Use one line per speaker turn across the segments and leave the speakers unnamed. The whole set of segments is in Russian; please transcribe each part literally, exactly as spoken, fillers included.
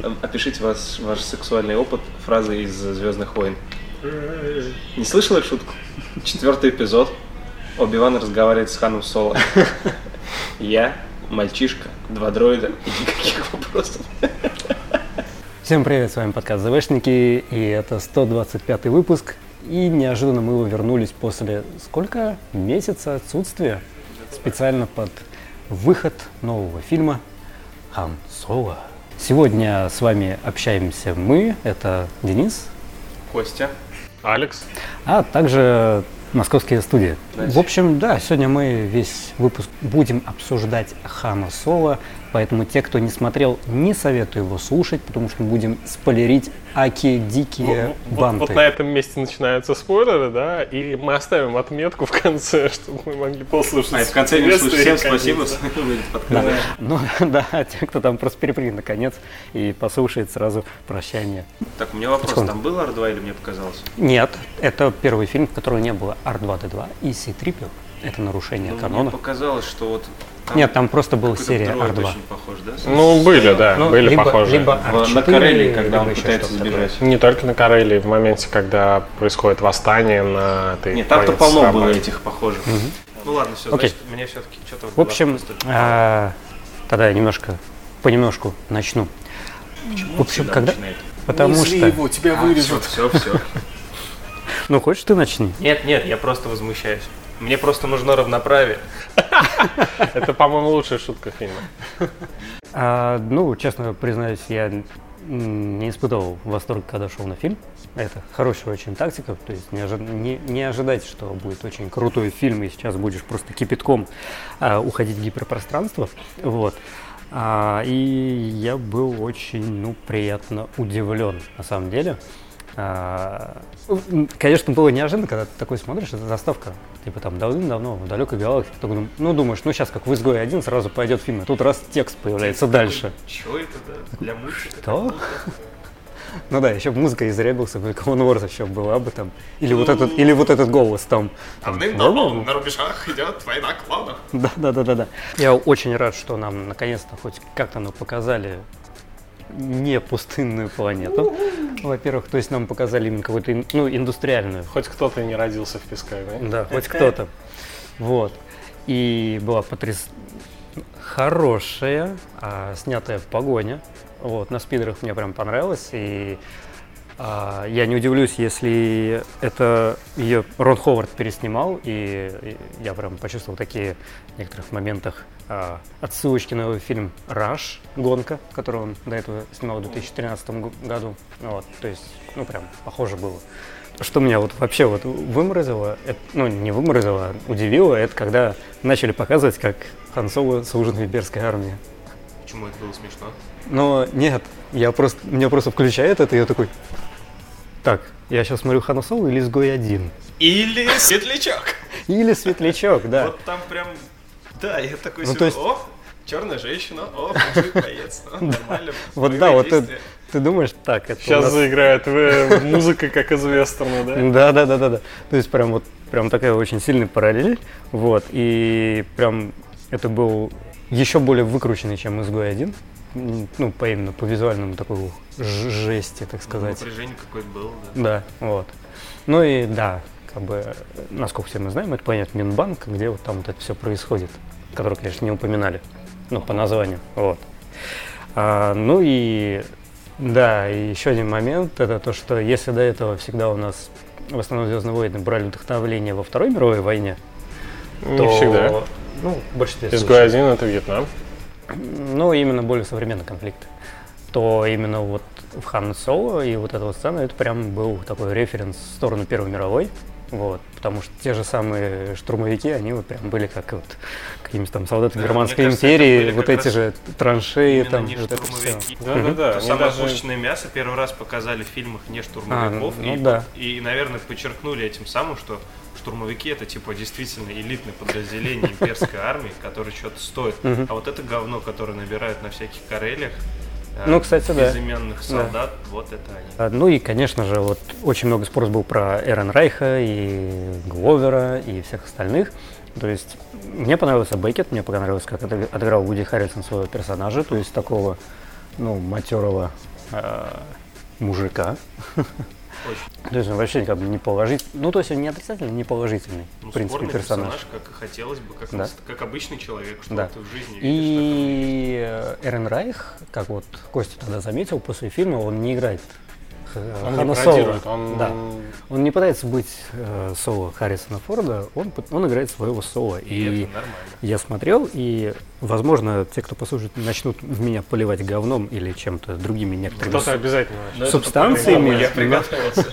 Опишите вас, ваш сексуальный опыт фразой из «Звездных войн». Не слышал эту шутку? Четвертый эпизод. Оби-Ван разговаривает с Ханом Соло. Я, мальчишка, два дроида и никаких вопросов.
Всем привет, с вами подкаст ЗВшники, и это сто двадцать пятый выпуск. И неожиданно мы вернулись после сколько? Месяца отсутствия. Специально под выход нового фильма «Хан Соло». Сегодня с вами общаемся мы, это Денис,
Костя,
Алекс,
а также московские студии.
Значит.
В общем, да, сегодня мы весь выпуск будем обсуждать Хана Соло, поэтому те, кто не смотрел, не советую его слушать, потому что мы будем спойлерить аки дикие
вот,
банты.
Вот, вот на этом месте начинаются спойлеры, да, и мы оставим отметку в конце, чтобы мы могли послушать.
А и в конце не слушать. Всем спасибо, что вы
да. Ну да, те, кто там просто перепрыгнет наконец и послушает сразу прощание.
Так, у меня вопрос, там был ар два или мне показалось?
Нет, это первый фильм, в котором не было ар два дэ два и си три пи. Это нарушение
ну,
канона.
Мне показалось, что вот... Там
Нет, там просто была серия ар два.
Очень похож, да?
Ну, были, да,
ну,
были
либо,
похожи.
Либо
в, на Карелии, когда он пытается сбежать.
Такое. Не только на Карелии, в моменте, когда происходит восстание на этой
Нет, там-то полно было этих похожих.
Угу.
Ну ладно, все,
Окей.
значит, мне все-таки что-то...
В общем, а, тогда я немножко, понемножку начну.
Почему
в общем, когда...
начинает?
Потому
не
что...
его, тебя
а,
вырежут.
Все, все, все.
Ну, хочешь, ты начни?
Нет, нет, я просто возмущаюсь. Мне просто нужно равноправие.
Это, по-моему, лучшая шутка фильма.
А, ну, честно признаюсь, я не испытывал восторга, когда шел на фильм. Это хорошая очень тактика, то есть не, ожи... не, не ожидайте, что будет очень крутой фильм, и сейчас будешь просто кипятком а, уходить в гиперпространство. Вот. А, и я был очень, ну, приятно удивлен, на самом деле. А, конечно, было неожиданно, когда ты такой смотришь, это заставка, типа там давным-давно в далекой галактике, такой, ну думаешь, ну сейчас как в «Изгое один» сразу пойдет фильм, а тут раз текст появляется дальше.
Чего это, да? Для мультика?
Что? Ну да, еще музыка из Ребелса, Clone Wars еще была бы там, или вот этот, или вот этот голос там.
Давным-давно на рубежах идет война клонов.
Да, да, да, да, да. Я очень рад, что нам наконец-то хоть как-то нам показали не пустынную планету, во-первых, то есть нам показали именно какую-то, ну, индустриальную.
Хоть кто-то не родился в песках, да?
Да, хоть кто-то. Вот. И была потряс... хорошая, а, снятая погоня. Вот, на спидерах мне прям понравилось. И а, я не удивлюсь, если это ее Рон Ховард переснимал, и, и я прям почувствовал такие в некоторых моментах а, отсылочки на его фильм «Раш», «Гонка», который он до этого снимал в две тысячи тринадцатом году. Вот, то есть, ну, прям похоже было. Что меня вот вообще вот выморозило, это, ну, не выморозило, а удивило, это когда начали показывать, как Хан Соло служит в имперской армии.
Почему это было смешно?
Но нет, я просто, меня просто включает это, и я такой, так, я сейчас смотрю Хана Соло или «Изгой один».
Или «Светлячок».
Или «Светлячок», да.
Вот там прям, да, я такой
ну,
себе,
есть...
о, черная женщина, о, мужик, боец, нормально.
Вот да, вот ты, ты думаешь, так, это
сейчас
у нас...
заиграет музыка, как из вестерна, да?
Да, да, да, да, да. То есть прям вот, прям такая очень сильная параллель, вот, и прям это был еще более выкрученный, чем «Изгой один». Ну, по именно по визуальному такой жести, так сказать.
Ну, напряжение какое-то было, да.
Да, вот. Ну и да, как бы, насколько все мы знаем, это планета Минбанк, где вот там вот это все происходит, которое, конечно, не упоминали, ну, по названию, вот. А, ну и, да, и еще один момент, это то, что если до этого всегда у нас в основном «Звездные войны» брали вдохновление во Второй мировой войне,
не
то,
всегда.
Ну, в большинстве
«Изгой один» — это Вьетнам.
Ну, именно более современный конфликт. То именно вот в Хан Соло и вот эта вот сцена, это прям был такой референс в сторону Первой мировой. Вот, потому что те же самые штурмовики, они вот прям были как вот какими-то там солдаты да, Германской кажется, империи, вот эти же траншеи там.
Не
вот это все.
Да, да, да.
То самое даже... пушечное мясо первый раз показали в фильмах не штурмовиков.
А, ну,
и,
да.
и, наверное, подчеркнули этим самым, что штурмовики — это типа действительно элитное подразделение имперской армии, которое что-то стоит. А вот это говно, которое набирают на всяких Карелиях,
ну, кстати, да.
безыменных солдат, да. Вот это они.
Ну и, конечно же, вот очень много спроса был про Эренрайха и Гловера и всех остальных. То есть мне понравился Беккет, мне понравилось, как отыграл Вуди Харрельсон своего персонажа, то есть такого, ну, матерого э, мужика. То есть он вообще как бы не положительный, ну то есть он не отрицательный, не положительный,
Ну,
в принципе,
спорный
персонаж.
как и хотелось бы, как,
Да.
как обычный человек, что
Да.
ты в жизни видишь.
И э, Эрен Райх, как вот Костя тогда заметил, после фильма он не играет Х-
Он не
Хана Соло.
пародирует, он...
Да. Он не пытается быть э, Соло Харрисона Форда, он, пы- он играет своего Соло.
И,
И
это нормально.
я смотрел, и, возможно, те, кто послушает, начнут в меня поливать говном или чем-то другими некоторыми
Кто-то обязательно.
Но это
субстанциями,
по-любому, я
но-
приготовился.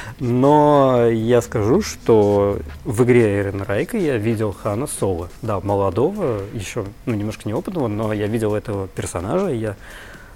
Но я скажу, что в игре Эрен Райка я видел Хана Соло. Да, молодого, еще ну, немножко неопытного, но я видел этого персонажа, и я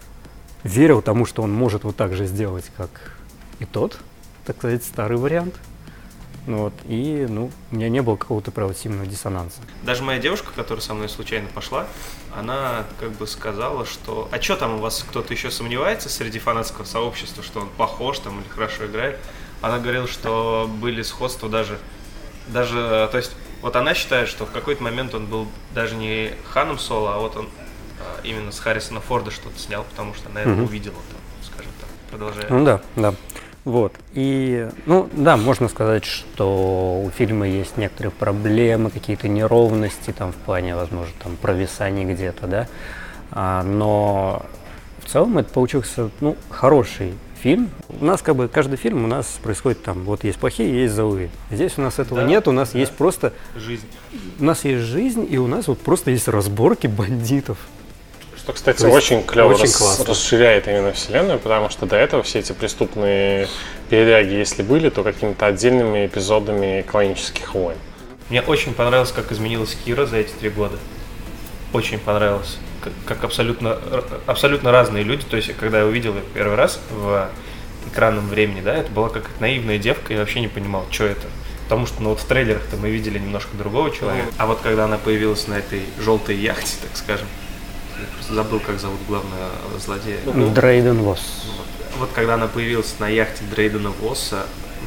верил тому, что он может вот так же сделать, как и тот, так сказать, старый вариант. Ну вот, и ну, у меня не было какого-то прям сильного диссонанса.
Даже моя девушка, которая со мной случайно пошла, она как бы сказала, что а что там у вас кто-то еще сомневается среди фанатского сообщества, что он похож там или хорошо играет? Она говорила, что были сходства даже, даже, то есть вот она считает, что в какой-то момент он был даже не Ханом Соло, а вот он а, именно с Харрисона Форда что-то снял, потому что она его
Мгм.
увидела там, скажем так, продолжая.
Ну да, да. Вот. И, ну да, можно сказать, что у фильма есть некоторые проблемы, какие-то неровности там в плане, возможно, там провисаний где-то, да. А, но в целом это получился, ну, хороший фильм. У нас как бы каждый фильм у нас происходит там, вот есть плохие, есть злые. Здесь у нас этого
Да,
нет, у нас
да.
есть просто,
Жизнь.
у нас есть жизнь, и у нас вот просто есть разборки бандитов.
Что, кстати,
То есть
очень клево
очень
рас-
классно.
расширяет именно вселенную, потому что до этого все эти преступные передряги, если были, то какими-то отдельными эпизодами клонических войн.
Мне очень понравилось, как изменилась Кира за эти три года. Очень понравилось. Как, как абсолютно, абсолютно разные люди. То есть, когда я увидел ее первый раз в экранном времени, да, это была какая-то наивная девка, я вообще не понимал, что это. Потому что ну, вот в трейлерах-то мы видели немножко другого человека. А вот когда она появилась на этой желтой яхте, так скажем, я просто забыл, как зовут главного злодея.
Дрейден Восс.
Вот, вот когда она появилась на яхте Дрейдена Восса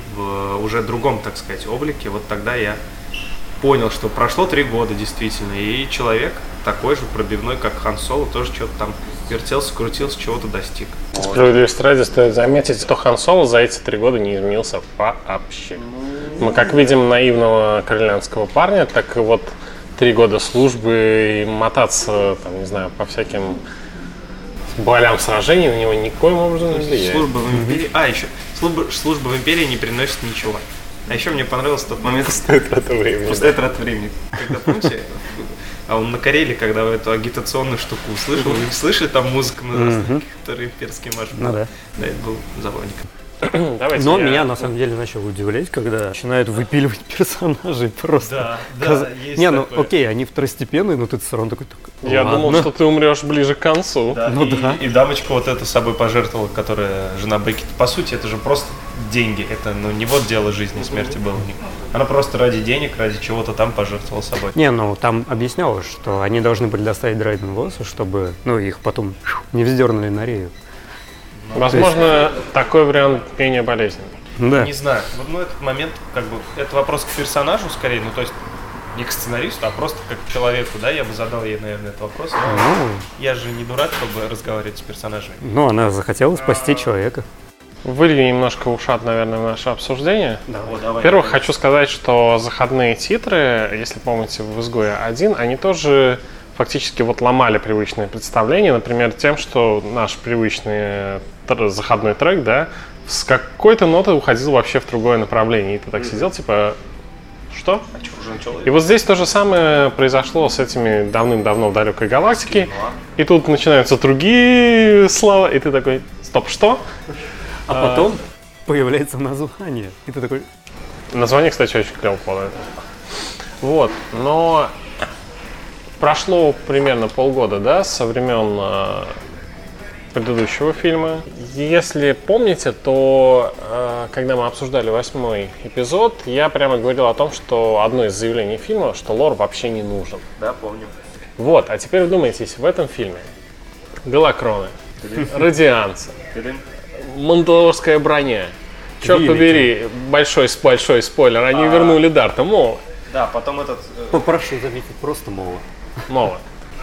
в уже другом, так сказать, облике, вот тогда я понял, что прошло три года действительно, и человек такой же пробивной, как Хан Соло, тоже что-то там вертелся, крутился, чего-то достиг.
Справедливости ради стоит заметить, что Хан Соло за эти три года не изменился вообще. Мы как видим наивного корелианского парня, так и вот три года службы и мотаться, там, не знаю, по всяким болям сражений на него никоим образом не влияет.
Служба в империи. А, еще служба, служба в империи не приносит ничего. А еще мне понравился тот момент.
Пустая трата времени.
Пустая трата времени. Когда, помните, а он на Карелии, когда эту агитационную штуку услышал, вы слышали там музыку на который имперский марш был?
Ну да.
Да, это был забавненько.
Давайте
Но
я-
меня на самом деле начало удивлять, когда начинают выпиливать персонажей просто.
Да,
Каз-
да, есть
Не, ну
такое.
окей, они второстепенные, но ты все равно такой, такой
Я
ладно.
думал, что ты умрешь ближе к концу.
Да,
Ну
и,
да.
и дамочка вот это собой пожертвовала, которая жена Бекки. По сути, это же просто деньги. Это ну не вот дело жизни и смерти было у них. Она просто ради денег, ради чего-то там пожертвовала собой.
Не, ну там объяснялось, что они должны были доставить Дрейден Восса, чтобы ну, их потом не вздернули на рею.
Возможно, такой вариант менее болезненный.
Да.
Не знаю. Вот, ну, этот момент, как бы, это вопрос к персонажу скорее, ну, то есть не к сценаристу, а просто как к человеку, да, я бы задал ей, наверное, этот вопрос. Но
Ну,
я же не дурак, чтобы разговаривать с персонажами.
ну, она захотела спасти человека.
Вылью немножко ушат, наверное, в наше обсуждение.
Да, вот, давай.
Во-первых, хочу сказать, что заходные титры, если помните, в «Изгое один», они тоже фактически вот ломали привычные представления, например, тем, что наш привычный тр- заходной трек, да, с какой-то ноты уходил вообще в другое направление. И ты так сидел, типа, что?
А что, уже начало?
И вот здесь то же самое произошло с этими давным-давно в далекой галактике. И тут начинаются другие слова, и ты такой, стоп, что?
А потом появляется название. И ты такой,
Название, кстати, очень клево подает. Вот, но прошло примерно полгода, да, со времен э, предыдущего фильма. Если помните, то э, когда мы обсуждали восьмой эпизод, я прямо говорил о том, что одно из заявлений фильма, что лор вообще не нужен.
Да, помню.
Вот, а теперь вдумайтесь, в этом фильме галакроны, радианцы, мандалорская броня. Черт
Великий.
побери, большой, большой спойлер, они
А.
вернули Дарта Мола.
Да, потом этот... э,
попрошу заметить, просто мало.
Мола.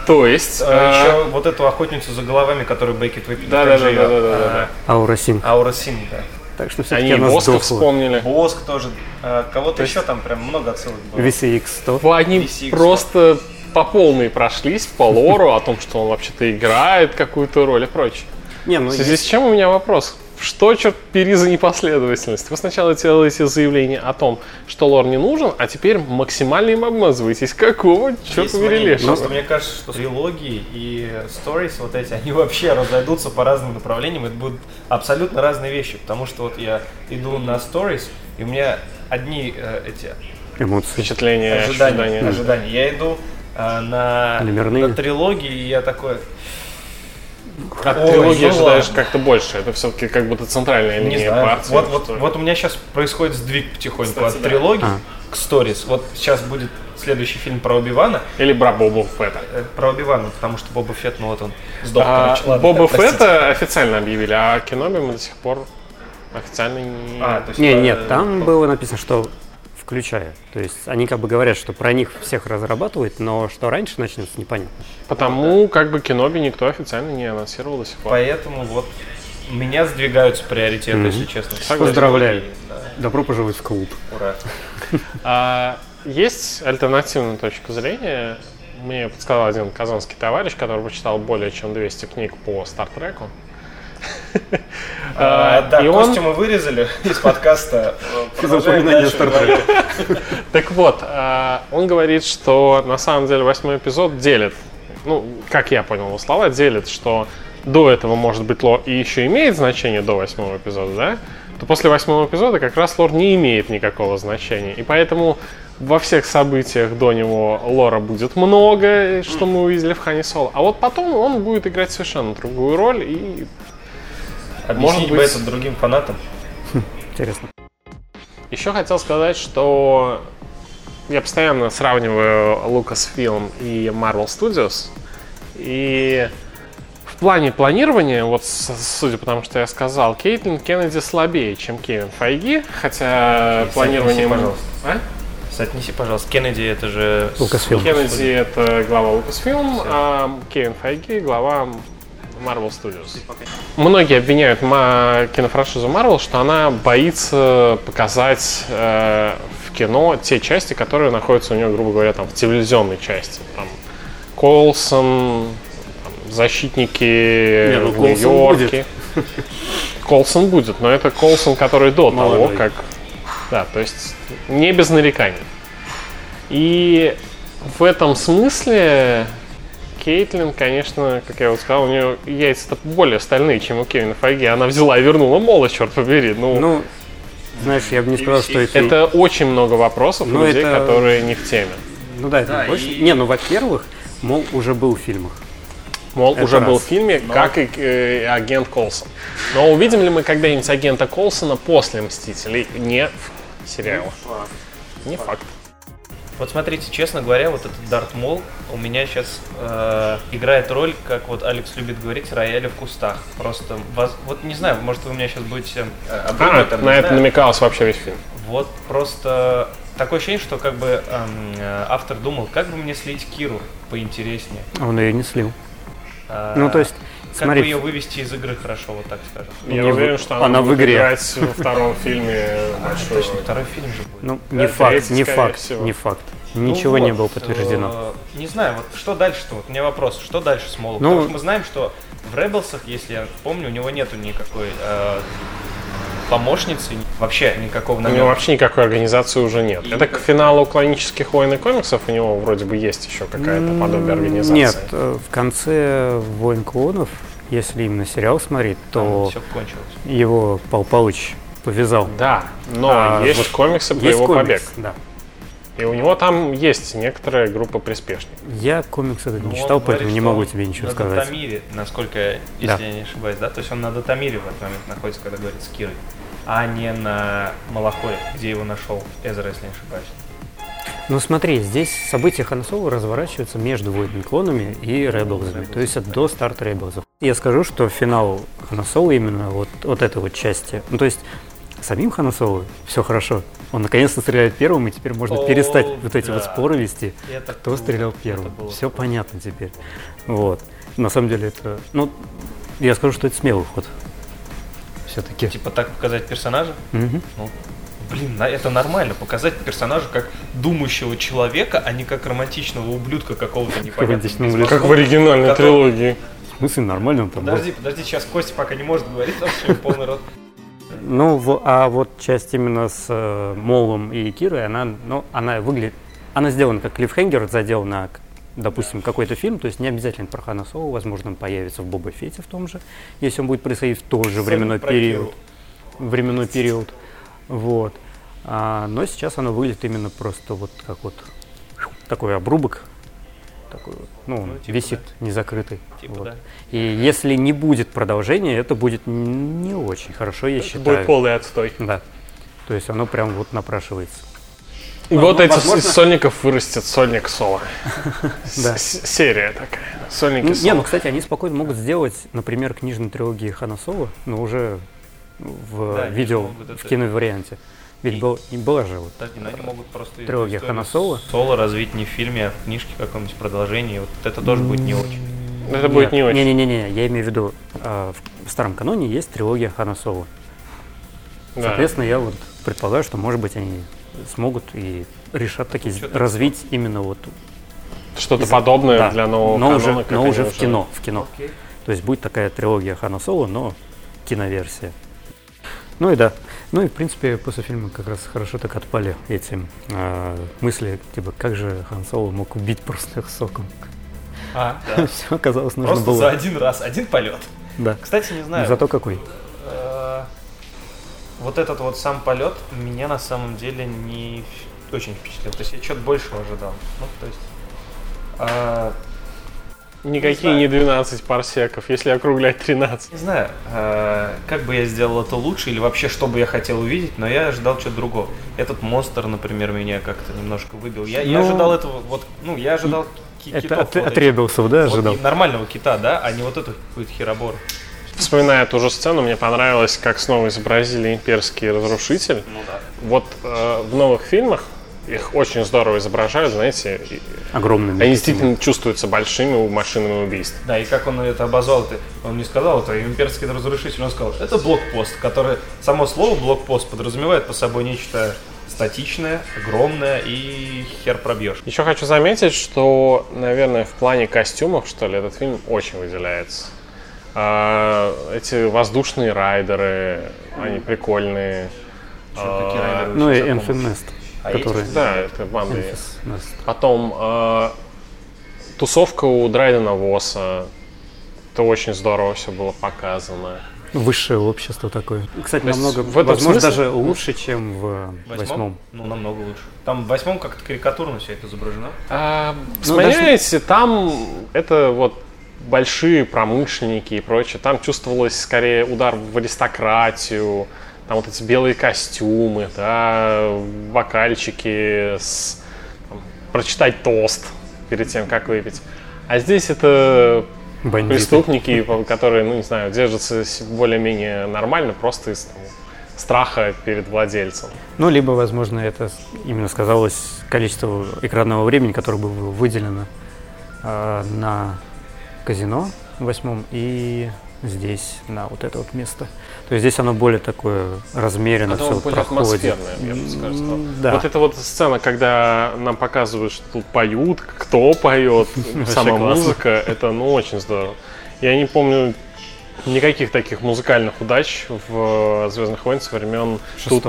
То есть...
А, еще вот эту охотницу за головами, которую Беккет выпили.
Да, да, да, да, да, да.
Аура Синг.
Аура Синг, да.
Так что все-таки
Они
она
Воска
сдохла.
вспомнили.
Воск тоже. А, кого-то
есть-
еще там прям много отсылок было.
ви си икс сто.
Они
ви си икс
просто по полной прошлись по лору о том, что он вообще-то играет какую-то роль и прочее.
Не, ну
В связи с чем у меня вопрос? Что, черт пери, за непоследовательность? Вы сначала делаете заявление о том, что лор не нужен, а теперь максимально им обмазываетесь. Какого, черт
Есть
побери,
мнение,
лешего?
Просто мне кажется, что трилогии и stories вот эти, они вообще разойдутся по разным направлениям. Это будут абсолютно разные вещи. Потому что вот я иду на stories, и у меня одни э, эти
эмоции.
Впечатление,
ожидания.
ожидания.
ожидания. Я иду э, на,
Номерные.
на трилогии, и я такой...
От
Ой,
трилогии
ну
ожидаешь
ладно.
как-то больше. Это все-таки как будто центральная
Не
линия
знаю.
партии.
Вот, вот,
что ли.
вот у меня сейчас происходит сдвиг потихоньку
Кстати,
от
да.
трилогии
А.
к stories. Вот сейчас будет следующий фильм про Оби-Вана.
Или про Боба Фетта.
Э, Про Оби-Вана, потому что Боба Фетт, ну вот он сдох,
А,
короче. Ладно,
Боба
простите.
Фетта официально объявили, а Кеноби мы до сих пор официально не...
А, то есть,
Не,
э,
нет, там было написано, что включая. То есть они как бы говорят, что про них всех разрабатывают, но что раньше начнется, непонятно.
Потому как бы Кеноби никто официально не анонсировал до сих пор.
Поэтому вот у меня сдвигаются приоритеты,
Мгм.
если честно.
Согласен.
Поздравляю.
Да,
Добро пожаловать в клуб.
ура.
А, есть альтернативная точка зрения. Мне подсказал один казанский товарищ, который прочитал более чем двести книг по Стартреку.
А, да,
И он,
Костю мы вырезали из подкаста.
Из упоминания Стартрека.
так вот, а, он говорит, что на самом деле восьмой эпизод делит, ну, как я понял его слова, делит, что до этого, может быть, лор и еще имеет значение до восьмого эпизода, да? То после восьмого эпизода как раз лор не имеет никакого значения. И поэтому во всех событиях до него лора будет много, что мы увидели в Хане Соло. А вот потом он будет играть совершенно другую роль. И
Объяснить
Может
бы
быть-
это другим фанатам.
Интересно.
еще хотел сказать, что я постоянно сравниваю Lucasfilm и Marvel Studios. И в плане планирования, вот с- судя по тому, что я сказал, Кейтлин Кеннеди слабее, чем Кевин Файги, хотя планирование...
пожалуйста.
А?
Соотнеси, пожалуйста. Кеннеди это же...
Lucasfilm.
Кеннеди — это глава Lucasfilm, а Кевин Файги — глава Marvel Studios. Многие обвиняют ма- кинофраншизу Marvel, что она боится показать э, в кино те части, которые находятся у нее, грубо говоря, там, в телевизионной части. Там, Колсон, там, защитники
Не, ну,
в
Колсон
Нью-Йорке. Колсон будет, но это Колсон, который до того,
Молодой.
как... Да, то есть не без нареканий. И в этом смысле Кейтлин, конечно, как я вот сказал, у нее яйца-то более стальные, чем у Кевина Файги. Она взяла и вернула молот, черт побери. Ну,
Ну, знаешь, я бы не сказал, что это...
это очень много вопросов
Ну,
у людей,
это-
которые не в теме.
Ну да, это
Да,
больше...
и-
Не, ну, во-первых, мол, уже был в фильмах.
Мол,
Это
уже был
раз.
в фильме, как и э, агент Колсон. Но увидим ли мы когда-нибудь агента Колсона после «Мстителей»? Не в сериалах. Не факт.
Вот смотрите, честно говоря, вот этот Дарт Мол у меня сейчас э, играет роль, как вот Алекс любит говорить, рояля в кустах. Просто, воз- вот не знаю, может вы у меня сейчас будете э,
А,
обдумывать, там,
на
не
это
знаю.
намекалось вообще весь фильм.
Вот просто такое ощущение, что как бы эм, э, автор думал, как бы мне слить Киру поинтереснее.
А он ее не слил.
А,
Ну, то есть,
как
смотри,
бы ее вывести из игры хорошо, вот так скажем.
Я
Не
уверен,
в-
что она,
она в
будет
игре.
играть во втором фильме
А,
большую
точно,
роль.
второй фильм же будет.
ну,
Да,
не факт,
третий,
не
скорее
факт,
всего.
не факт.
Ну
Ничего
вот,
не было подтверждено.
э, не знаю, вот что дальше-то? Вот у меня вопрос, что дальше с Молом?
Ну-
Потому что мы знаем, что в Rebels'ах, если я помню, у него нету никакой э, помощницы, вообще никакого
У него
намека.
вообще никакой организации уже нет. Это к финалу «Клонических войн» и комиксов у него вроде бы есть еще какая-то подобие организации.
Нет, э, в конце «Войн клонов», если именно сериал смотреть, то
Все кончилось.
его Пал Палыч повязал.
Да, но
А,
есть
вот
комиксы про
Есть
его
комикс,
побег.
да.
И у него там есть некоторая группа приспешников.
Я комикс этот
Ну,
не
он
читал,
говорит,
поэтому не
что
могу
он
тебе ничего
на
сказать.
Датамире, насколько, я- если
Да.
я не ошибаюсь, да? То есть он на Датамире в этот момент находится, когда говорит с Кирой, а не на Малахое, где его нашел Эзра, если не ошибаюсь.
Ну смотри, здесь события Хан Соло разворачиваются между Войнами клонами и Ребелзами, то есть это до старта Ребелзов. Я скажу, что финал Хан Соло именно вот, вот этой вот части, ну то есть самим Хану Соло все хорошо. Он наконец-то стреляет первым, и теперь можно О, перестать вот эти да. вот споры вести, это кто круто. стрелял первым. Все понятно теперь. Вот. На самом деле это, ну, я скажу, что это смелый ход. Все-таки.
Типа так показать персонажа?
Mm-hmm.
Ну, блин, это нормально, показать персонажа как думающего человека, а не как романтичного ублюдка какого-то непонятного.
Как в оригинальной который... трилогии.
В смысле, нормально он там
Подожди,
был?
подожди, сейчас Костя пока не может говорить, потому что полный рот.
Ну, в, а вот часть именно с э, Молом и Кирой, она, ну, она выглядит, она сделана как клиффхенгер, задел на, допустим, какой-то фильм, то есть не обязательно про Хана Соло, возможно, он появится в Боба Фетте в том же, если он будет происходить в тот же временной период, временной период, вот. А, но сейчас оно выглядит именно просто вот как вот такой обрубок. Такой, ну, ну типа, висит да. незакрытый. Типа, вот. Да. И если не будет продолжения, это будет не очень хорошо, я это считаю.
Будет полный отстой.
Да. То есть оно прям вот напрашивается.
И ну, вот ну, эти возможно... из сольников вырастет сольник Соло.
Да.
Серия такая. Сольники Соло.
Не, ну, кстати, они спокойно могут сделать, например, книжную трилогию Хана Соло, но уже в видео, в киноварианте. Ведь был, и была же вот
Подожди, но они могут просто
трилогия Хана Соло.
Соло развить не в фильме, а в книжке каком-нибудь продолжении. Вот это тоже будет не очень.
Это Нет, будет не очень.
Не-не-не, я имею в виду, э, в старом каноне есть трилогия Хана Соло. Да. Соответственно, я вот предполагаю, что, может быть, они смогут и решат таки развить именно вот
что-то из... подобное да. для нового
но
канона.
Уже, но уже в кино, в кино. Okay. То есть будет такая трилогия Хана Соло, но киноверсия. Ну и да. Ну и, в принципе, после фильма как раз хорошо так отпали эти э, мысли, типа, как же Хан Соло мог убить просто их соком.
А, да.
Все оказалось нужно
просто
было.
За один раз, один полет.
Да.
Кстати, не знаю.
Зато какой.
Э, вот этот вот сам полет меня на самом деле не очень впечатлил. То есть я что-то большего ожидал. Ну, то есть... Э,
Никакие не, не двенадцать парсеков, если округлять тринадцать.
Не знаю, э, как бы я сделал это лучше или вообще что бы я хотел увидеть, но я ожидал чего-то другого. Этот монстр, например, меня как-то немножко выбил. Я, ну, я ожидал этого, вот, ну, я ожидал китов.
Это от, вот от ребелсов, да, ожидал?
Вот, нормального кита, да, а не вот эту какую-то херобору.
Вспоминая ту же сцену, мне понравилось, как снова изобразили имперский разрушитель.
Ну да.
Вот э, в новых фильмах их очень здорово изображают, знаете.
Огромными.
Они действительно чувствуются большими машинами убийств.
Да, и как он это обозвал, это, он не сказал, это имперский разрушитель, он сказал, это блокпост, который, само слово блокпост подразумевает по собой нечто статичное, огромное и хер пробьешь.
Еще хочу заметить, что, наверное, в плане костюмов, что ли, этот фильм очень выделяется. А, эти воздушные райдеры, mm. они прикольные.
А, ну и Enfys
А который... Да, это банды. Потом э, тусовка у Драйдена Восса. Это очень здорово все было показано.
Высшее общество такое. Кстати, намного, в этом возможно, смысле... даже лучше, чем в восьмом? восьмом.
Ну, намного лучше. Там в восьмом как-то карикатурно все это изображено.
А, ну, смотрите, даже... там это вот большие промышленники и прочее. Там чувствовалось скорее удар в аристократию. Там вот эти белые костюмы, да, бокальчики, с, там, прочитать тост перед тем, как выпить. А здесь это бандиты. Преступники, которые, ну не знаю, держатся более-менее нормально, просто из там, страха перед владельцем.
Ну, либо, возможно, это именно сказалось количество экранного времени, которое было выделено э, на казино в восьмом и здесь, на вот это вот место. То есть здесь оно более такое размеренно
это
все
более
проходит.
Атмосферное, я бы сказал.
Да.
Вот эта вот сцена, когда нам показывают, что тут поют, кто поет, сама музыка, это ну очень здорово. Я не помню никаких таких музыкальных удач в «Звездных войнах» со времен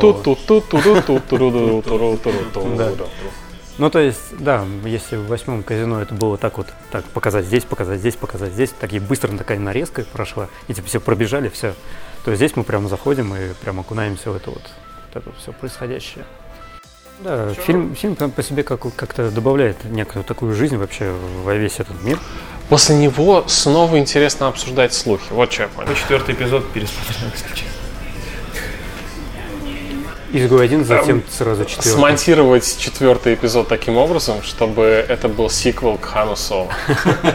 Ну, то есть, да, если в восьмом казино это было так вот, так, показать здесь, показать здесь, показать здесь, такие быстро такая нарезка прошла, и типа все пробежали, все, то здесь мы прямо заходим и прямо окунаемся в это вот, вот это все происходящее. Да, фильм, фильм по себе как, как-то добавляет некую такую жизнь вообще во весь этот мир.
После него снова интересно обсуждать слухи, вот что я понял.
Четвертый эпизод пересмотрел, если честно.
Изгой один, затем сразу четвертый.
Смонтировать четвертый эпизод таким образом, чтобы это был сиквел к Хану Соло.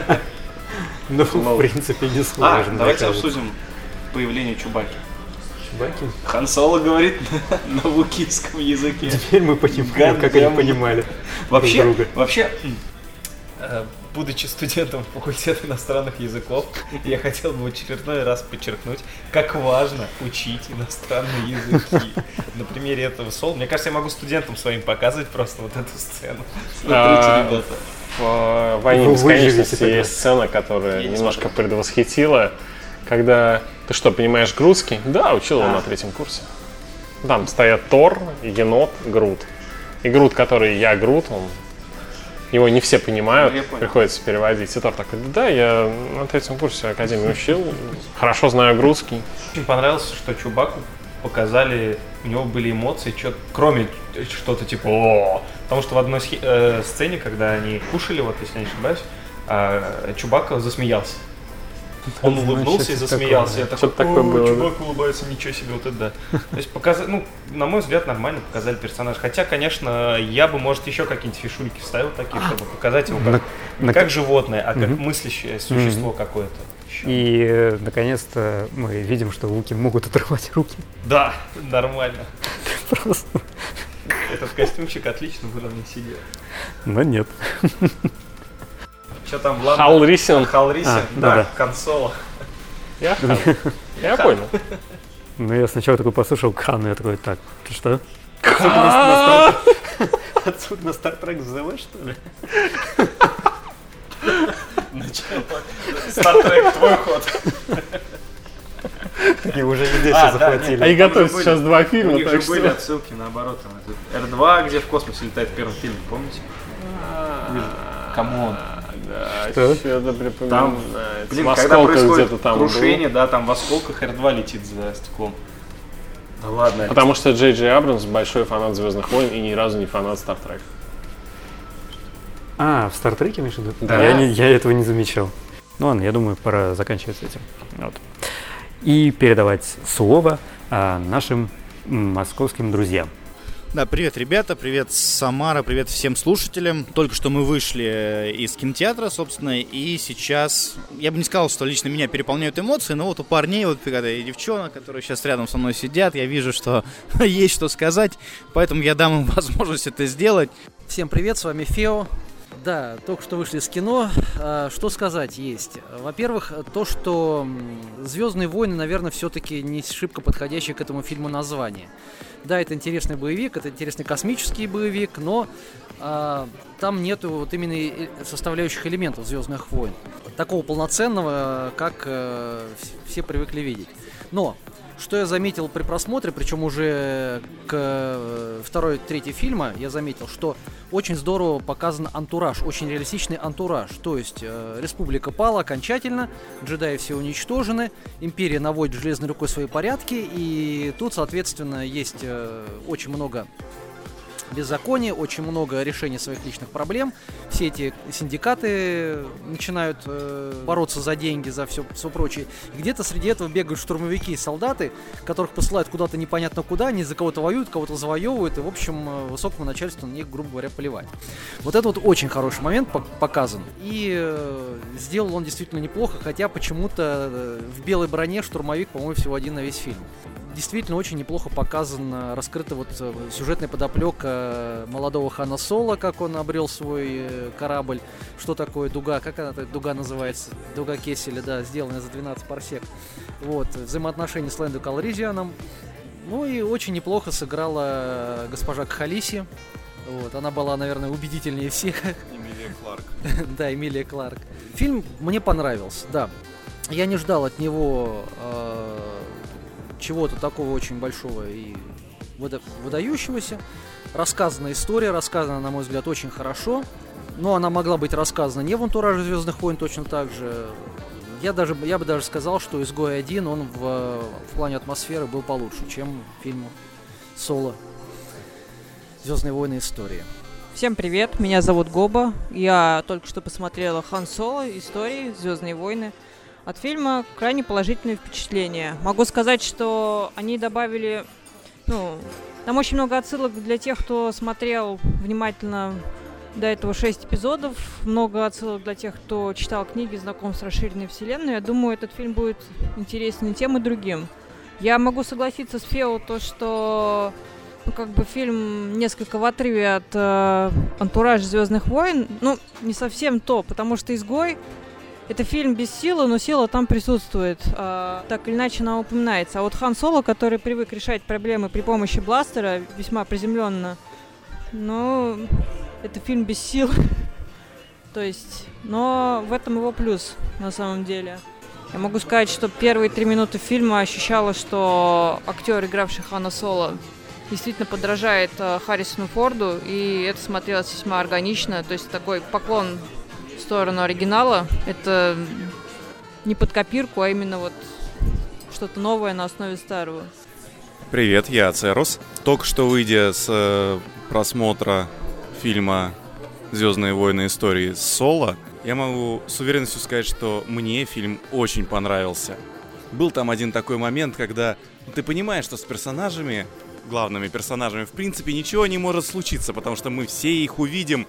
Ну, в принципе, не сложно.
Давайте обсудим появление Чубаки.
Чубаки.
Хан Соло говорит на вукийском языке.
Теперь мы понимаем, как они понимали
вообще,
друг друга.
Вообще, будучи студентом факультета иностранных языков, я хотел бы в очередной раз подчеркнуть, как важно учить иностранные языки. На примере этого Соло. Мне кажется, я могу студентам своим показывать просто вот эту сцену. Смотрите, ребята.
В «Войне бесконечности» есть сцена, которая немножко предвосхитила, когда ты что, понимаешь грузский? Да, учил его на третьем курсе. Там стоят Тор, енот, Грут. И Грут, который я Грут, он его не все понимают, ну, приходится переводить. И Тор такой: да, я на третьем курсе академии учил, хорошо знаю грузский.
Очень понравилось, что Чубаку показали, у него были эмоции, что, кроме что-то типа «О!». Потому что в одной схи- э, сцене, когда они кушали, вот если не ошибаюсь, э, Чубака засмеялся. Он улыбнулся и засмеялся. Я такой: о, Чубак улыбается, ничего себе, вот это да. То есть показали, ну, на мой взгляд, нормально показали персонажа. Хотя, конечно, я бы, может, еще какие-нибудь фишульки вставил такие, чтобы показать его как, не как животное, а как мыслящее существо какое-то.
И, э, наконец-то, мы видим, что вуки могут отрывать руки.
Да, нормально.
Просто.
Этот костюмчик отлично бы на мне сидел.
Но нет.
Что там, ладно?
Халрисин.
Халрисин,
а,
да,
да,
Хан Соло.
Я Хан. Я понял.
Ну, я сначала такой послушал Хан, и я такой: так, ты что? Отсюда на Стартрек ЗВ, что ли?
Стартрек, твой ход.
И уже и здесь все захватили.
А и готовят сейчас два фильма.
У них же были отсылки наоборот. эр два, где в космосе летает в первом фильме, помните? Камон.
Да,
что?
Что-то припоминаю.
Там, блин, когда происходит крушение, да, там в осколках эр два летит за стеклом. Да ладно.
Потому что Джей Джей Абрамс большой фанат «Звездных войн» и ни разу не фанат «Стартрек».
А, в Стартреке, имеешь в виду?
Да.
Я, не, я этого не замечал. Ну ладно, я думаю, пора заканчивать с этим. Вот. И передавать слово а, нашим московским друзьям.
Да, привет, ребята, привет, Самара, привет всем слушателям. Только что мы вышли из кинотеатра, собственно, и сейчас, я бы не сказал, что лично меня переполняют эмоции, но вот у парней, вот и девчонок, которые сейчас рядом со мной сидят, я вижу, что есть что сказать, поэтому я дам им возможность это сделать.
Всем привет, с вами Фео. Да, только что вышли из кино. Что сказать есть? Во-первых, то, что «Звездные войны», наверное, все-таки не шибко подходящее к этому фильму название. Да, это интересный боевик, это интересный космический боевик, но а, там нету вот именно составляющих элементов «Звездных войн». Такого полноценного, как а, все привыкли видеть. Но что я заметил при просмотре, причем уже к второй, третьей фильма, я заметил, что очень здорово показан антураж, очень реалистичный антураж. То есть э, республика пала окончательно, джедаи все уничтожены, империя наводит железной рукой свои порядки, и тут, соответственно, есть э, очень много беззакония, очень много решений своих личных проблем. Все эти синдикаты начинают э, бороться за деньги, за все, все прочее. И где-то среди этого бегают штурмовики и солдаты, которых посылают куда-то непонятно куда, они за кого-то воюют, кого-то завоевывают, и, в общем, высокому начальству на них, грубо говоря, плевать. Вот это вот очень хороший момент показан. И э, сделал он действительно неплохо, хотя почему-то э, в белой броне штурмовик, по-моему, всего один на весь фильм. Действительно очень неплохо показан, раскрыта вот сюжетная подоплека молодого Хана Соло, как он обрел свой корабль, что такое дуга, как она, дуга называется, дуга Кесселя, да, сделанная за двенадцать парсек. Вот, взаимоотношения с Лэндо Калридианом. Ну и очень неплохо сыграла госпожа Кхалиси. Вот, она была, наверное, убедительнее всех.
Эмилия Кларк.
Да, Эмилия Кларк. Фильм мне понравился, да. Я не ждал от него чего-то такого очень большого и выдающегося. Рассказана история, рассказана, на мой взгляд, очень хорошо. Но она могла быть рассказана не в антураже «Звездных войн» точно так же. Я, даже, я бы даже сказал, что «Изгой один», он в, в плане атмосферы был получше, чем фильм «Соло. Звездные войны. История».
Всем привет, меня зовут Гоба. Я только что посмотрела «Хан Соло. Истории. Звездные войны». От фильма крайне положительные впечатления. Могу сказать, что они добавили... Ну, там очень много отсылок для тех, кто смотрел внимательно до этого шесть эпизодов. Много отсылок для тех, кто читал книги, знаком с расширенной вселенной. Я думаю, этот фильм будет интересен и тем, и другим. Я могу согласиться с Фео, то, что ну, как бы фильм несколько в отрыве от э, антуража «Звездных войн». Ну, не совсем то, потому что «Изгой» — это фильм без силы, но сила там присутствует. Э, так или иначе она упоминается. А вот Хан Соло, который привык решать проблемы при помощи бластера, весьма приземленно, ну, это фильм без сил. То есть, но в этом его плюс, на самом деле. Я могу сказать, что первые три минуты фильма ощущала, что актер, игравший Хана Соло, действительно подражает э, Харрисону Форду, и это смотрелось весьма органично. То есть такой поклон в сторону оригинала. Это не под копирку, а именно вот что-то новое на основе старого.
Привет, я Церус. Только что выйдя с э, просмотра фильма «Звездные войны. Истории» с Соло, я могу с уверенностью сказать, что мне фильм очень понравился. Был там один такой момент, когда ты понимаешь, что с персонажами, главными персонажами, в принципе, ничего не может случиться, потому что мы все их увидим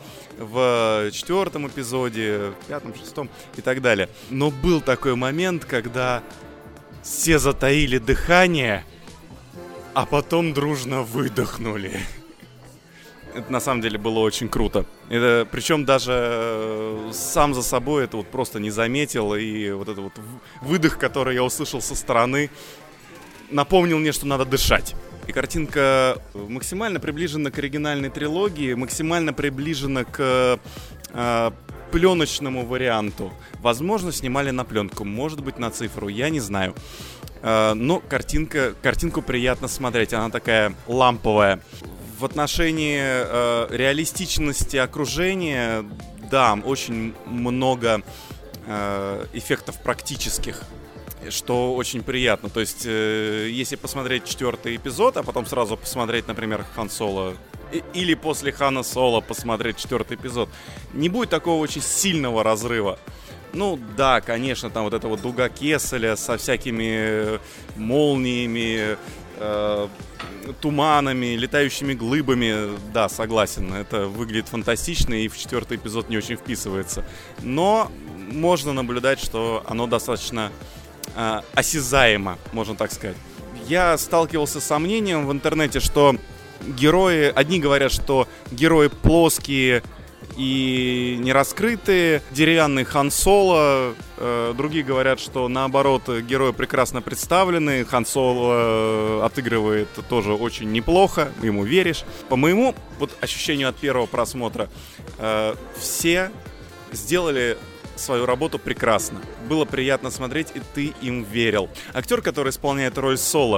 в четвертом эпизоде, в пятом, шестом и так далее. Но был такой момент, когда все затаили дыхание, а потом дружно выдохнули. Это на самом деле было очень круто. Это, причем даже сам за собой это вот просто не заметил. И вот этот вот выдох, который я услышал со стороны, напомнил мне, что надо дышать. И картинка максимально приближена к оригинальной трилогии, максимально приближена к э, пленочному варианту. Возможно, снимали на пленку, может быть, на цифру, я не знаю. Э, но картинка, картинку приятно смотреть, она такая ламповая. В отношении э, реалистичности окружения, да, очень много э, эффектов практических, что очень приятно. То есть, э, если посмотреть четвертый эпизод, а потом сразу посмотреть, например, Хан Соло, и, или после Хана Соло посмотреть четвертый эпизод, не будет такого очень сильного разрыва. Ну да, конечно, там вот эта вот дуга Кесселя со всякими молниями, э, туманами, летающими глыбами, да, согласен, это выглядит фантастично и в четвертый эпизод не очень вписывается. Но можно наблюдать, что оно достаточно э, осязаемо, можно так сказать. Я сталкивался с сомнением в интернете, что герои, одни говорят, что герои плоские и не раскрытые, деревянный Хан Соло, э, другие говорят, что наоборот герои прекрасно представлены, Хан Соло э, отыгрывает тоже очень неплохо, ему веришь. По моему вот ощущению от первого просмотра, э, все сделали свою работу прекрасно. Было приятно смотреть, и ты им верил. Актер, который исполняет роль Соло,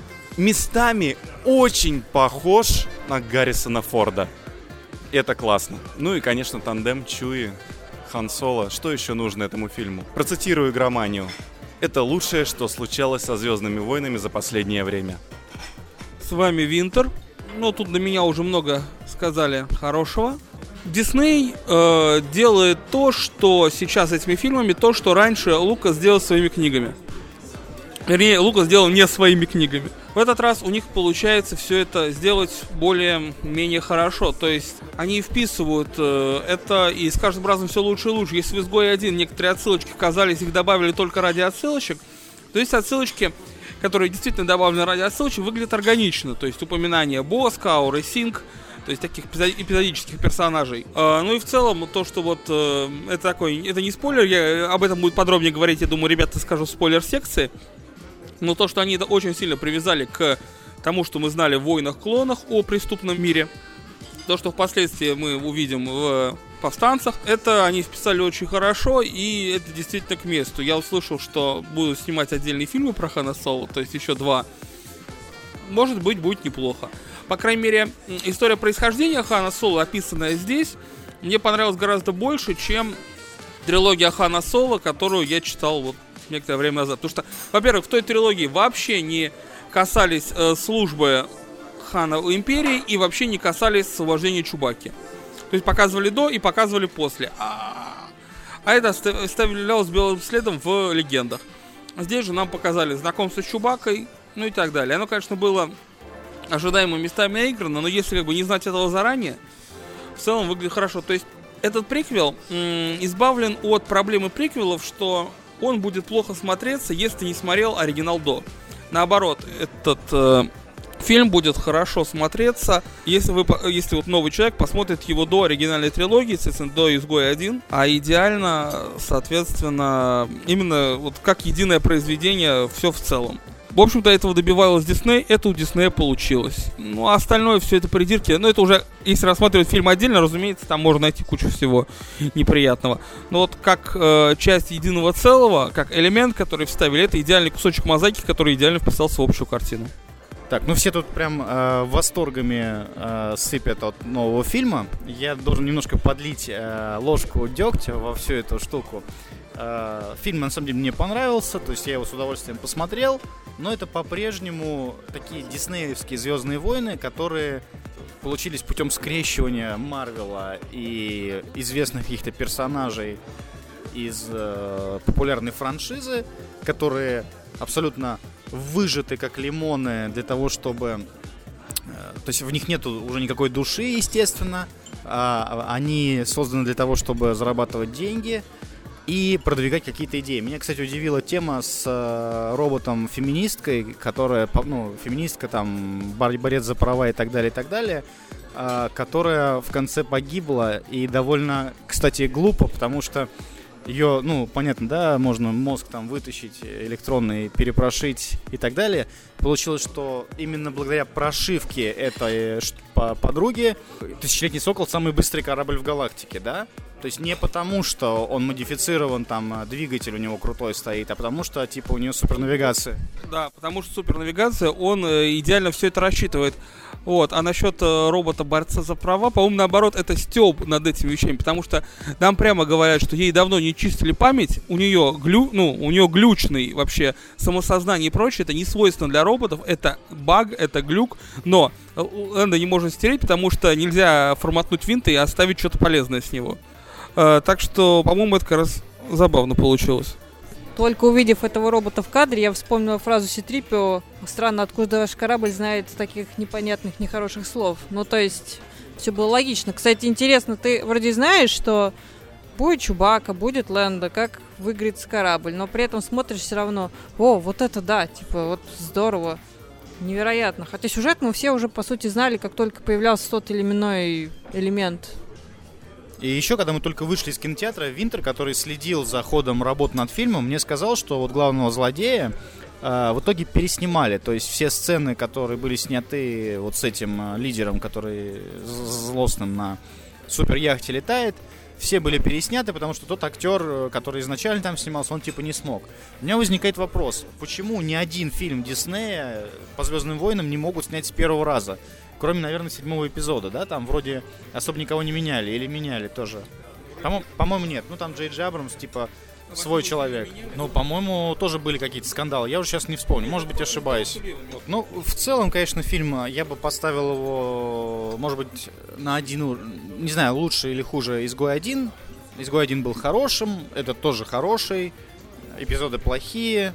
местами очень похож на Гаррисона Форда. Это классно. Ну и, конечно, тандем Чуи, Хан Соло. Что еще нужно этому фильму? Процитирую игроманию. Это лучшее, что случалось со «Звездными войнами» за последнее время.
С вами Винтер. Ну, тут на меня уже много сказали хорошего. Дисней э, делает то, что сейчас этими фильмами, то, что раньше Лукас сделал своими книгами. Вернее, Лукас сделал не своими книгами. В этот раз у них получается все это сделать более-менее хорошо. То есть они вписывают э, это, и с каждым разом все лучше и лучше. Если в «Изгое один» некоторые отсылочки казались, их добавили только ради отсылочек, то есть отсылочки, которые действительно добавлены ради отсылочек, выглядят органично. То есть упоминание Боска, Ауры Синг, то есть таких эпизодических персонажей. Э, ну и в целом то, что вот э, это такой, это не спойлер, я об этом будет подробнее говорить, я думаю, ребята, скажу в спойлер-секции. Но то, что они это очень сильно привязали к тому, что мы знали в «Войнах-клонах» о преступном мире, то, что впоследствии мы увидим в «Повстанцах», это они вписали очень хорошо, и это действительно к месту. Я услышал, что будут снимать отдельные фильмы про Хана Соло, то есть еще два. Может быть, будет неплохо. По крайней мере, история происхождения Хана Соло, описанная здесь, мне понравилась гораздо больше, чем трилогия Хана Соло, которую я читал вот некоторое время назад. Потому что, во-первых, в той трилогии вообще не касались э, службы Хана в Империи и вообще не касались освобождения Чубаки. То есть показывали до и показывали после. А, а это оставлялось белым следом в легендах. Здесь же нам показали знакомство с Чубакой, ну и так далее. Оно, конечно, было ожидаемо местами наиграно, но если как бы не знать этого заранее, в целом выглядит хорошо. То есть этот приквел м- избавлен от проблемы приквелов, что он будет плохо смотреться, если ты не смотрел оригинал до. Наоборот, этот э, фильм будет хорошо смотреться, если вы, если вот новый человек посмотрит его до оригинальной трилогии, естественно, до «Изгой один», а идеально, соответственно, именно вот как единое произведение, все в целом. В общем-то, этого добивалась Дисней, это у Диснея получилось. Ну, а остальное все это придирки. Ну, это уже, если рассматривать фильм отдельно, разумеется, там можно найти кучу всего неприятного. Но вот как э, часть единого целого, как элемент, который вставили, это идеальный кусочек мозаики, который идеально вписался в общую картину.
Так, ну все тут прям э, восторгами э, сыпят от нового фильма. Я должен немножко подлить э, ложку дегтя во всю эту штуку. Э, фильм, на самом деле, мне понравился, то есть я его с удовольствием посмотрел, но это по-прежнему такие диснеевские «Звездные войны», которые получились путем скрещивания Марвела и известных каких-то персонажей из э, популярной франшизы, которые абсолютно выжаты как лимоны для того, чтобы... То есть в них нету уже никакой души, естественно. А они созданы для того, чтобы зарабатывать деньги и продвигать какие-то идеи. Меня, кстати, удивила тема с роботом-феминисткой, которая, ну, феминистка, там, борец за права и так далее, и так далее, которая в конце погибла. И довольно, кстати, глупо, потому что ее, ну, понятно, да, можно мозг там вытащить, электронный, перепрошить и так далее. Получилось, что именно благодаря прошивке этой подруги тысячелетний Сокол самый быстрый корабль в галактике, да? То есть не потому, что он модифицирован, там, двигатель у него крутой стоит, а потому что, типа, у него супернавигация.
Да, потому что супернавигация, он идеально все это рассчитывает. Вот, а насчет э, робота-борца за права, по-моему, наоборот, это стёб над этими вещами, потому что нам прямо говорят, что ей давно не чистили память, у нее глю, ну, у нее глючный вообще самосознание и прочее, это не свойственно для роботов, это баг, это глюк, но Лэнда не можно стереть, потому что нельзя форматнуть винты и оставить что-то полезное с него. Э, так что, по-моему, это как раз забавно получилось.
Только увидев этого робота в кадре, я вспомнила фразу Си-три-пи о: «Странно, откуда ваш корабль знает таких непонятных, нехороших слов». Ну, то есть, все было логично. Кстати, интересно, ты вроде знаешь, что будет Чубака, будет Лэнда, как выиграется корабль, но при этом смотришь все равно: о, вот это да, типа, вот здорово, невероятно. Хотя сюжет мы все уже, по сути, знали, как только появлялся тот или иной элемент.
И еще, когда мы только вышли из кинотеатра, Винтер, который следил за ходом работ над фильмом, мне сказал, что вот главного злодея э, в итоге переснимали. То есть все сцены, которые были сняты вот с этим э, лидером, который злостным на суперяхте летает, все были пересняты, потому что тот актер, который изначально там снимался, он типа не смог. У меня возникает вопрос, почему ни один фильм Диснея по «Звездным войнам» не могут снять с первого раза? Кроме, наверное, седьмого эпизода, да? Там вроде особо никого не меняли. Или меняли тоже? По-мо- по-моему, нет. Ну, там Джей Джей Абрамс, типа, свой человек. Ну, по-моему, тоже были какие-то скандалы. Я уже сейчас не вспомню. Может быть, ошибаюсь. Ну, в целом, конечно, фильм я бы поставил его, может быть, на один... Не знаю, лучше или хуже «Изгой один». «Изгой один» был хорошим. Этот тоже хороший. Эпизоды плохие.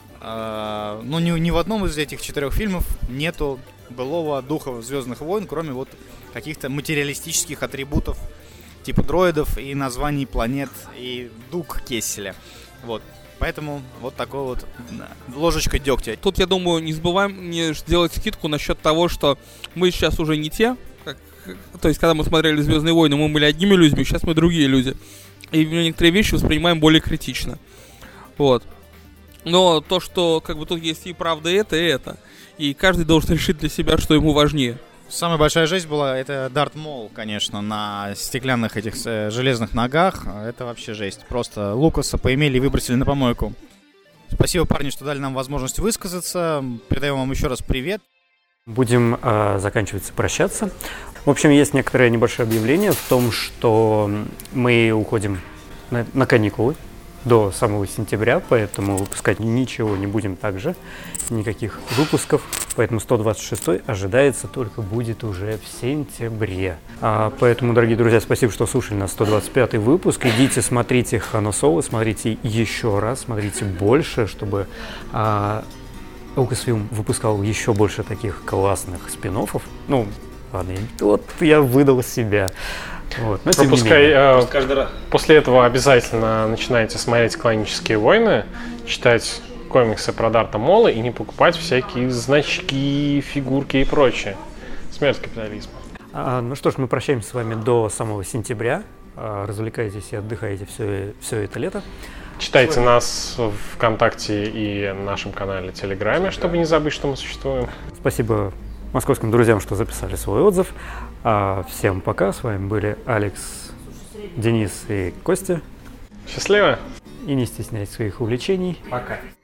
А, но ни, ни в одном из этих четырех фильмов нету былого духа «Звездных войн», кроме вот каких-то материалистических атрибутов типа дроидов и названий планет и дуг Кесселя. Вот. Поэтому вот такой вот ложечка дегтя.
Тут, я думаю, не забываем не сделать скидку насчет того, что мы сейчас уже не те. Как, то есть, когда мы смотрели «Звездные войны», мы были одними людьми, сейчас мы другие люди. И некоторые вещи воспринимаем более критично. Вот. Но то, что как бы тут есть и правда это, и это. И каждый должен решить для себя, что ему важнее.
Самая большая жесть была, это Дарт Мол, конечно, на стеклянных этих э, железных ногах. Это вообще жесть. Просто Лукаса поимели и выбросили на помойку. Спасибо, парни, что дали нам возможность высказаться. Передаем вам еще раз привет.
Будем э, заканчивать прощаться. В общем, есть некоторое небольшое объявление в том, что мы уходим на, на каникулы до самого сентября, поэтому выпускать ничего не будем также, никаких выпусков, поэтому сто двадцать шестой ожидается только будет уже в сентябре. А, поэтому, дорогие друзья, спасибо, что слушали нас сто двадцать пятый выпуск. Идите, смотрите Хан Соло, смотрите еще раз, смотрите больше, чтобы а, Lucasfilm выпускал еще больше таких классных спин-оффов. Ну, ладно, вот я выдал себя. Вот, но
Пропускай, э, после этого обязательно начинайте смотреть «Клонические войны», читать комиксы про Дарта Мола и не покупать всякие значки, фигурки и прочее. Смерть капитализма.
А, ну что ж, мы прощаемся с вами до самого сентября. А, развлекайтесь и отдыхайте все, все это лето.
Читайте нас в ВКонтакте и нашем канале Телеграме, чтобы не забыть, что мы существуем.
Спасибо московским друзьям, что записали свой отзыв. А, всем пока. С вами были Алекс, Денис и Костя.
Счастливо!
И не стесняйтесь своих увлечений.
Пока.